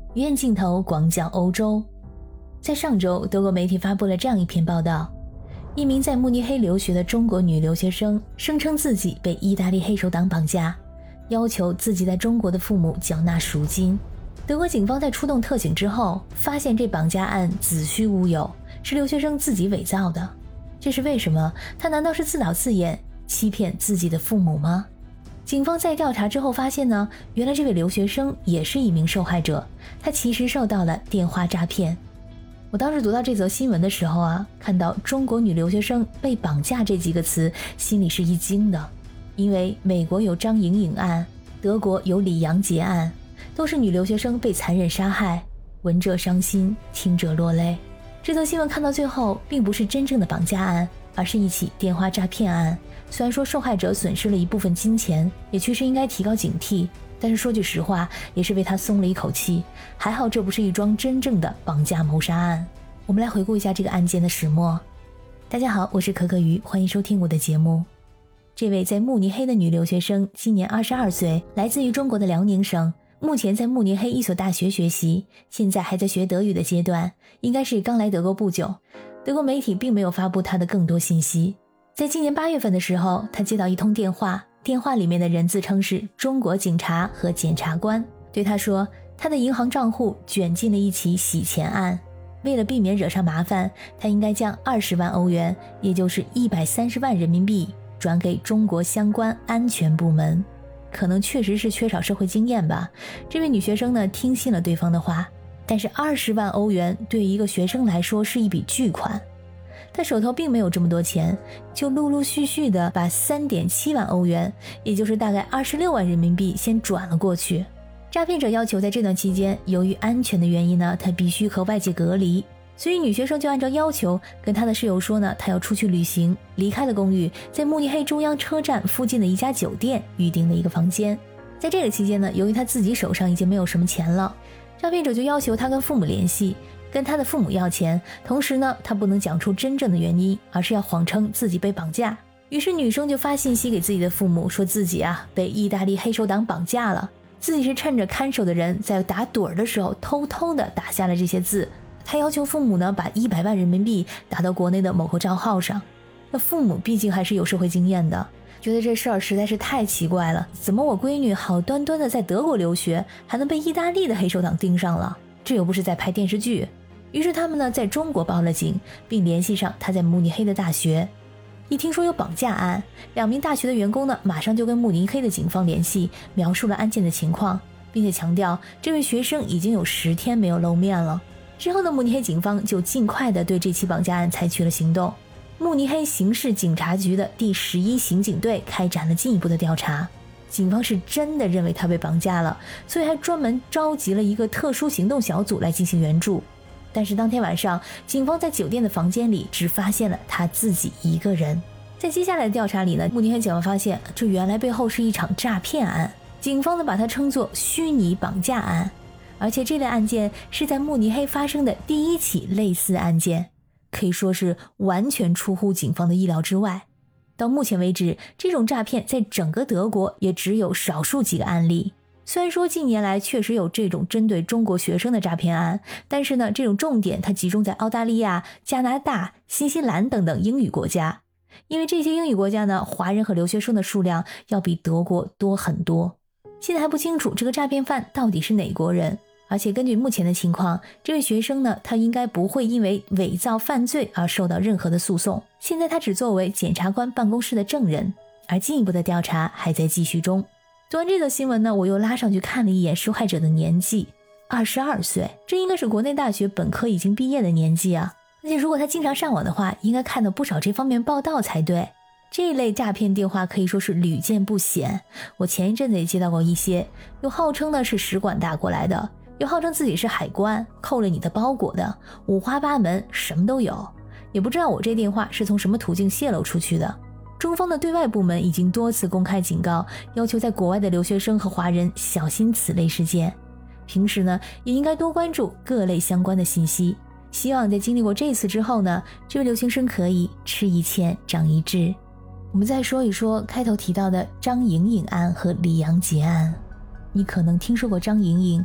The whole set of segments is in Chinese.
鱼眼镜头广角欧洲。在上周，德国媒体发布了这样一篇报道，一名在慕尼黑留学的中国女留学生声称自己被意大利黑手党绑架，要求自己在中国的父母缴纳赎金。德国警方在出动特警之后，发现这绑架案子虚乌有，是留学生自己伪造的。这是为什么？他难道是自导自演，欺骗自己的父母吗？警方在调查之后发现呢，原来这位留学生也是一名受害者，他其实受到了电话诈骗。我当时读到这则新闻的时候啊，看到中国女留学生被绑架这几个词，心里是一惊的。因为美国有张颖颖案，德国有李阳杰案，都是女留学生被残忍杀害，闻者伤心，听者落泪。这则新闻看到最后，并不是真正的绑架案，而是一起电话诈骗案。虽然说受害者损失了一部分金钱，也确实应该提高警惕，但是说句实话，也是为他松了一口气。还好这不是一桩真正的绑架谋杀案。我们来回顾一下这个案件的始末。大家好，我是可可鱼，欢迎收听我的节目。这位在慕尼黑的女留学生今年22岁，来自于中国的辽宁省，目前在慕尼黑一所大学学习，现在还在学德语的阶段，应该是刚来德国不久。德国媒体并没有发布她的更多信息。在今年8月份的时候，她接到一通电话，电话里面的人自称是中国警察和检察官，对她说她的银行账户卷进了一起洗钱案，为了避免惹上麻烦，她应该将20万欧元，也就是130万人民币转给中国相关安全部门。可能确实是缺少社会经验吧，这位女学生呢听信了对方的话，但是20万欧元对于一个学生来说是一笔巨款，她手头并没有这么多钱，就陆陆续续的把3.7万欧元，也就是大概26万人民币先转了过去。诈骗者要求在这段期间，由于安全的原因呢，她必须和外界隔离，所以女学生就按照要求跟她的室友说呢，她要出去旅行，离开了公寓，在慕尼黑中央车站附近的一家酒店预订了一个房间。在这个期间呢，由于她自己手上已经没有什么钱了，诈骗者就要求她跟父母联系，跟她的父母要钱，同时呢，她不能讲出真正的原因，而是要谎称自己被绑架。于是女生就发信息给自己的父母，说自己被意大利黑手党绑架了，自己是趁着看守的人在打盹的时候偷偷的打下了这些字。他要求父母呢把100万人民币打到国内的某个账号上。那父母毕竟还是有社会经验的，觉得这事儿实在是太奇怪了，怎么我闺女好端端的在德国留学，还能被意大利的黑手党盯上了？这又不是在拍电视剧。于是他们呢在中国报了警，并联系上他在慕尼黑的大学。一听说有绑架案，2名大学的员工呢马上就跟慕尼黑的警方联系，描述了案件的情况，并且强调这位学生已经有10天没有露面了。之后呢，慕尼黑警方就尽快地对这起绑架案采取了行动。慕尼黑刑事警察局的第11刑警队开展了进一步的调查。警方是真的认为他被绑架了，所以还专门召集了一个特殊行动小组来进行援助。但是当天晚上，警方在酒店的房间里只发现了他自己一个人。在接下来的调查里呢，慕尼黑警方发现这原来背后是一场诈骗案，警方呢把它称作虚拟绑架案。而且这类案件是在慕尼黑发生的第1起类似案件，可以说是完全出乎警方的意料之外。到目前为止，这种诈骗在整个德国也只有少数几个案例。虽然说近年来确实有这种针对中国学生的诈骗案，但是呢，这种重点它集中在澳大利亚、加拿大、新西兰等等英语国家，因为这些英语国家呢，华人和留学生的数量要比德国多很多。现在还不清楚这个诈骗犯到底是哪国人。而且根据目前的情况，这位学生呢，他应该不会因为伪造犯罪而受到任何的诉讼。现在他只作为检察官办公室的证人，而进一步的调查还在继续中。读完这则新闻呢，我又拉上去看了一眼受害者的年纪，22岁，这应该是国内大学本科已经毕业的年纪啊。而且如果他经常上网的话，应该看到不少这方面报道才对。这类诈骗电话可以说是屡见不鲜，我前一阵子也接到过一些，有号称呢是使馆打过来的，有号称自己是海关扣了你的包裹的，五花八门，什么都有。也不知道我这电话是从什么途径泄露出去的。中方的对外部门已经多次公开警告，要求在国外的留学生和华人小心此类事件。平时呢，也应该多关注各类相关的信息。希望在经历过这次之后呢，这位留学生可以吃一堑长一智。我们再说一说开头提到的张颖颖案和李阳杰案。你可能听说过张颖颖，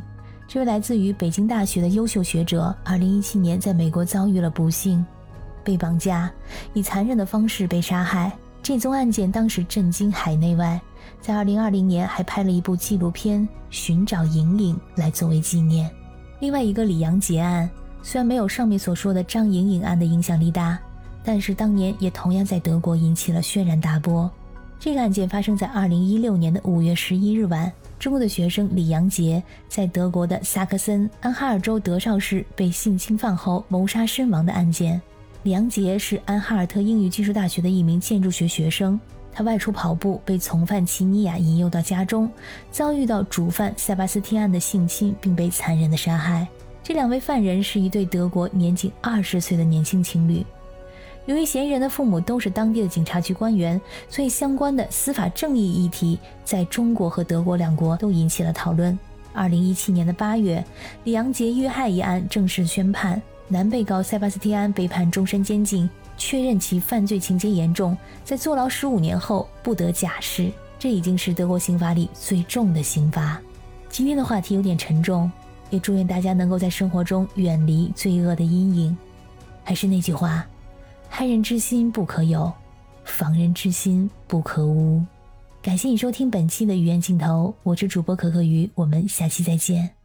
这位来自于北京大学的优秀学者2017年在美国遭遇了不幸，被绑架，以残忍的方式被杀害。这宗案件当时震惊海内外，在2020年还拍了一部纪录片《寻找莹莹》来作为纪念。另外一个李阳杰案，虽然没有上面所说的张莹莹案的影响力大，但是当年也同样在德国引起了轩然大波。这个案件发生在2016年的5月11日晚，中国的学生李阳杰在德国的萨克森安哈尔州德绍市被性侵犯后谋杀身亡的案件。李阳杰是安哈尔特英语技术大学的一名建筑学学生，他外出跑步被从犯齐尼亚引诱到家中，遭遇到主犯塞巴斯蒂安的性侵，并被残忍的杀害。这两位犯人是一对德国年仅20岁的年轻情侣。由于嫌疑人的父母都是当地的警察局官员，所以相关的司法正义议题在中国和德国两国都引起了讨论。2017年的8月，李阳杰遇害一案正式宣判，男被告塞巴斯蒂安被判终身监禁，确认其犯罪情节严重，在坐牢15年后不得假释，这已经是德国刑法里最重的刑罚。今天的话题有点沉重，也祝愿大家能够在生活中远离罪恶的阴影。还是那句话，害人之心不可有，防人之心不可无。感谢你收听本期的语言镜头，我是主播可可鱼，我们下期再见。